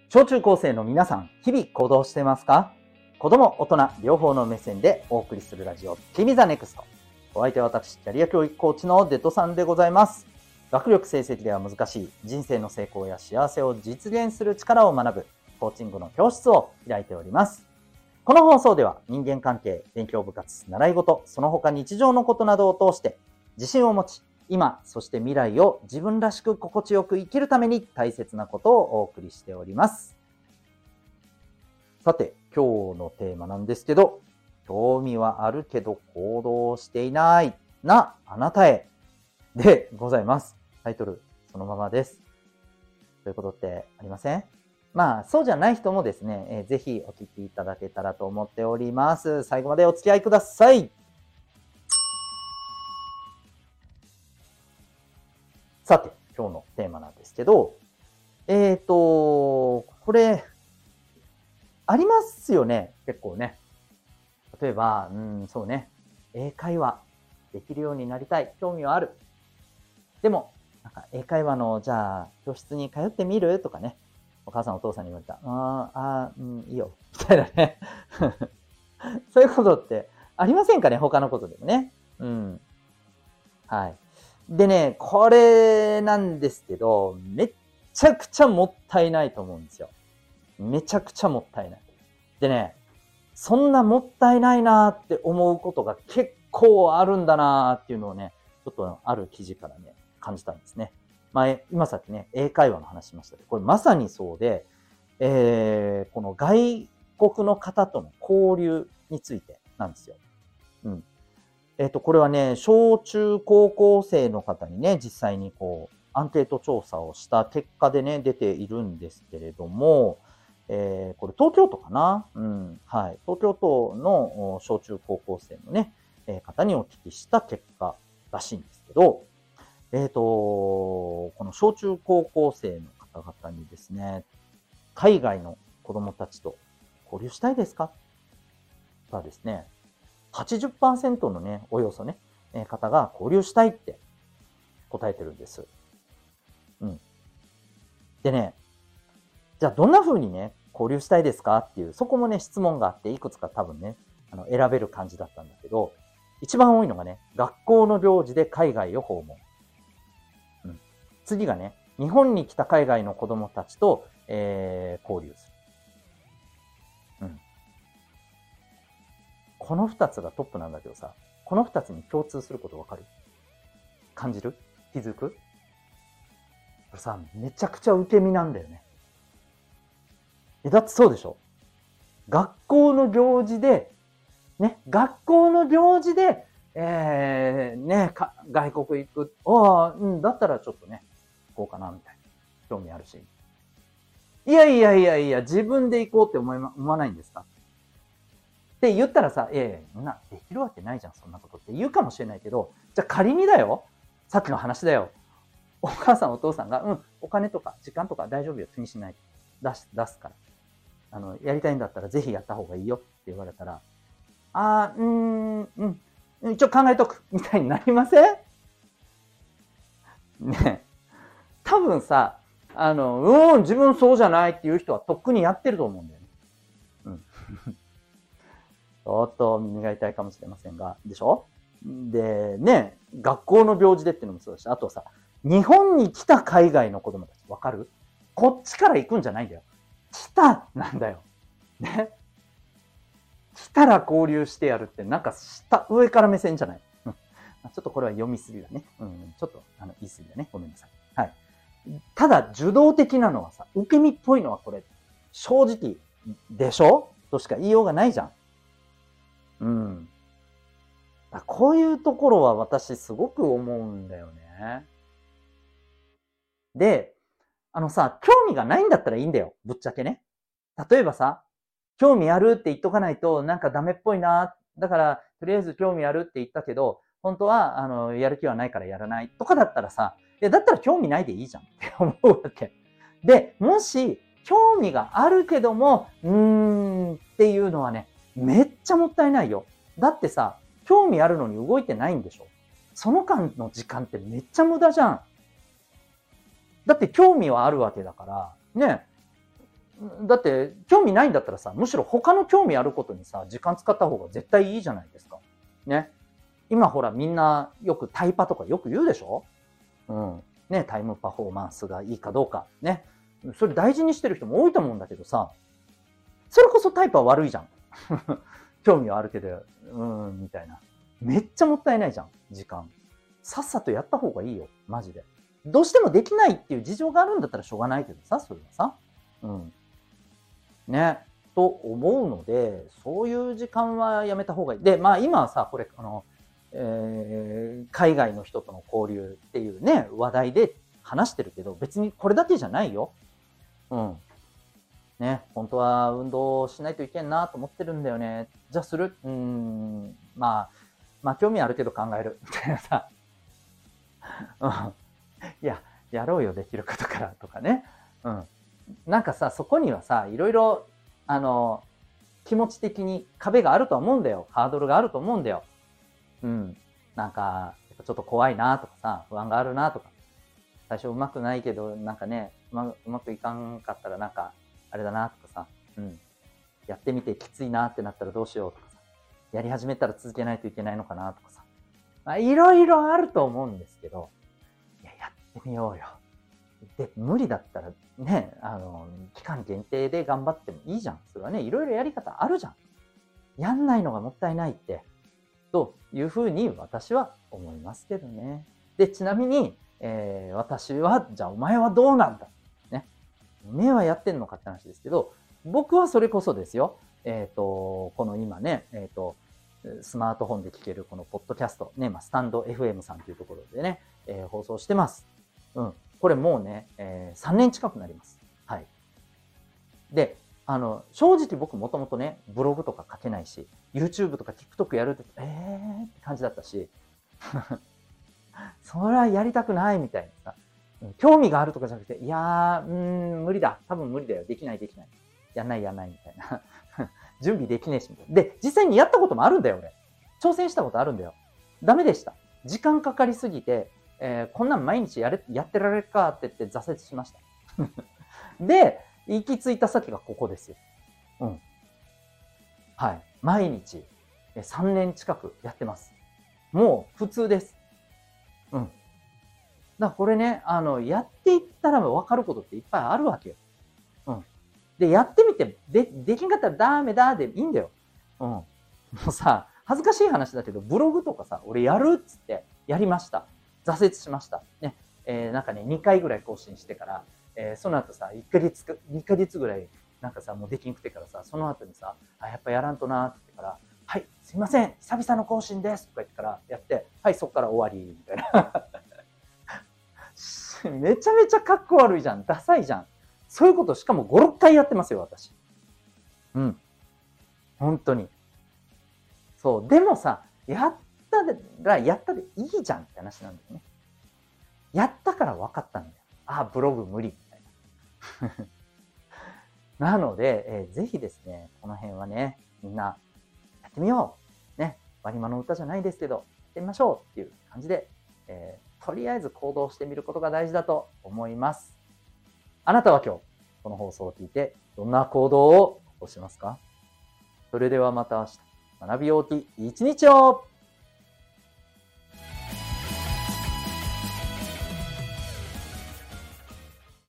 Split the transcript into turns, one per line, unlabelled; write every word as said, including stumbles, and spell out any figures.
小中高生の皆さん、日々行動してますか？子供、大人、両方の目線でお送りするラジオ、君ザネクスト。お相手は私、キャリア教育コーチのデトさんでございます。学力成績では難しい人生の成功や幸せを実現する力を学ぶコーチングの教室を開いております。この放送では人間関係、勉強部活、習い事、その他日常のことなどを通して自信を持ち、今、そして未来を自分らしく心地よく生きるために大切なことをお送りしております。さて、今日のテーマなんですけど、興味はあるけど行動していないなあなたへでございます。タイトルそのままです。ということってありません？まあ、そうじゃない人もですね、えー、ぜひお聞きいただけたらと思っております。最後までお付き合いください。さて、今日のテーマなんですけど、えっと、これ、ありますよね、結構ね。例えば、うん、そうね、英会話できるようになりたい、興味はある。でも、なんか英会話の、じゃあ、教室に通ってみるとかね、お母さんお父さんに言われた。ああ、うん、いいよ。みたいなね。そういうことってありませんかね、他のことでもね。うん。はい。でね、これなんですけど、めっちゃくちゃもったいないと思うんですよ。めちゃくちゃもったいない。でね、そんなもったいないなって思うことが結構あるんだなっていうのをね、ちょっとある記事からね、感じたんですね。まあ、今さっきね、英会話の話しましたけど、これまさにそうで、えー、この外国の方との交流についてなんですよ。うん。えっと、これはね、小中高校生の方にね、実際にこう、アンケート調査をした結果でね、出ているんですけれども、えー、これ東京都かな、うん、はい。東京都の小中高校生のね、えー、方にお聞きした結果らしいんですけど、えっと、この小中高校生の方々にですね、海外の子供たちと交流したいですかがですね、はちじゅっパーセントのね、およそね、えー方が交流したいって答えてるんです。うん。でね、じゃあどんな風にね、交流したいですかっていう、そこもね、質問があって、いくつか多分ね、あの、選べる感じだったんだけど、一番多いのがね、学校の行事で海外を訪問。うん。次がね、日本に来た海外の子供たちと、えー、交流する。うん。この二つがトップなんだけどさ、この二つに共通することわかる？感じる？気づく？これさ、めちゃくちゃ受け身なんだよね。え、だってそうでしょ？学校の行事で、ね、学校の行事で、えー、ね、か外国行く。ああ、うん、だったらちょっとね、行こうかな、みたいな。興味あるし。いやいやいやいや、自分で行こうって思いま、思わないんですかって言ったらさ、いやいや、そんな、できるわけないじゃん、そんなことって言うかもしれないけど、じゃあ仮にだよ、さっきの話だよ。お母さんお父さんが、うん、お金とか時間とか大丈夫よ、気にしない。出し、出すから。あの、やりたいんだったらぜひやった方がいいよって言われたら、あー、うーん、うん、一応考えとく、みたいになりません？ね。多分さ、あの、うん、自分そうじゃないっていう人はとっくにやってると思うんだよね。うん。ちょっと耳が痛いかもしれませんが、でしょ？で、ね、学校の行事でっていうのもそうだし、あとさ、日本に来た海外の子供たち、わかる？こっちから行くんじゃないんだよ。来たなんだよ。ね。来たら交流してやるって、なんか下、上から目線じゃない。ちょっとこれは読みすぎだね。うん、ちょっとあの言い過ぎだね。ごめんなさい。はい。ただ、受動的なのはさ、受け身っぽいのはこれ、正直でしょとしか言いようがないじゃん。うん。こういうところは私すごく思うんだよね。で、あのさ、興味がないんだったらいいんだよ。ぶっちゃけね。例えばさ、興味あるって言っとかないとなんかダメっぽいな。だから、とりあえず興味あるって言ったけど、本当は、あの、やる気はないからやらないとかだったらさ、いや、だったら興味ないでいいじゃんって思うわけ。で、もし、興味があるけども、うーんっていうのはね、めっちゃもったいないよ。だってさ、興味あるのに動いてないんでしょ？その間の時間ってめっちゃ無駄じゃん。だって興味はあるわけだから、ね、 だって、興味ないんだったらさ、むしろ他の興味あることにさ、時間使った方が絶対いいじゃないですか。ね。今ほらみんなよくタイパとかよく言うでしょ？うん。ね、タイムパフォーマンスがいいかどうか。ね。それ大事にしてる人も多いと思うんだけどさ、それこそタイプは悪いじゃん。興味はあるけど、うん、みたいな。めっちゃもったいないじゃん、時間。さっさとやった方がいいよ、マジで。どうしてもできないっていう事情があるんだったらしょうがないけどさ、それはさ。うん。ね。と思うので、そういう時間はやめた方がいい。で、まあ今はさ、これ、あの、えー、海外の人との交流っていうね、話題で話してるけど、別にこれだけじゃないよ。うん。ね、本当は運動しないといけんなと思ってるんだよね。じゃあする？うーん、まあ、まあ興味あるけど考える。みたいなさ。うん。いや、やろうよ、できることからとかね。うん。なんかさ、そこにはさ、いろいろ、あの、気持ち的に壁があると思うんだよ。ハードルがあると思うんだよ。うん。なんか、やっぱちょっと怖いなとかさ、不安があるなとか。最初うまくないけど、なんかね、うまうまくいかんかったらなんか、あれだなとかさ、うん。やってみてきついなってなったらどうしようとかさ、やり始めたら続けないといけないのかなとかさ。まあ、いろいろあると思うんですけど、いや、やってみようよ。で、無理だったらね、あの、期間限定で頑張ってもいいじゃん。それはね、いろいろやり方あるじゃん。やんないのがもったいないって、というふうに私は思いますけどね。で、ちなみに、えー、私は、じゃあお前はどうなんだね。おめえはやってんのかって話ですけど、僕はそれこそですよ。えっ、と、この今ね、えっ、と、スマートフォンで聞けるこのポッドキャスト、ね、まあ、スタンド エフエム さんというところでね、えー放送してます。うん。これもうね、えーさんねん近くなります。はい。で、あの、正直僕もともとね、ブログとか書けないし、YouTube とか TikTok やるって、えーって感じだったし、それはやりたくないみたいなさ、興味があるとかじゃなくて、いやー、うーん、無理だ。多分無理だよ。できないできない。やんないやんないみたいな。準備できねえしみたいな。で、実際にやったこともあるんだよ、俺。挑戦したことあるんだよ。ダメでした。時間かかりすぎて、えー、こんなん毎日やれ、やってられるかって言って挫折しました。で、行き着いた先がここですよ。うん。はい。毎日、さんねん近くやってます。もう普通です。うん。だからこれね、あの、やっていったら分かることっていっぱいあるわけよ。うん。で、やってみて、で、できんかったらダメだでいいんだよ。うん。もうさ、恥ずかしい話だけど、ブログとかさ、俺やるっつってやりました。挫折しました。ね。えー、なんかね、にかいぐらい更新してから、えー、その後さ、いっかげつか、にかげつぐらい、なんかさ、もうできんくてからさ、その後にさ、あ、やっぱやらんとなーって言ってから、はい、すいません、久々の更新ですとか言ってからやって、はい、そっから終わり、みたいな。めちゃめちゃかっこ悪いじゃん。ダサいじゃん。そういうことしかもご、ろっかいやってますよ、私。うん。本当に。そう。でもさ、やったらやったでいいじゃんって話なんだよね。やったから分かったんだよ。あ、ブログ無理みたいな。なので、えー、ぜひですね、この辺はね、みんなやってみよう。ね。割り間の歌じゃないですけど、やってみましょうっていう感じで、えー、とりあえず行動してみることが大事だと思います。あなたは今日、この放送を聞いて、どんな行動を起こしますか？それではまた明日、学びようき一日を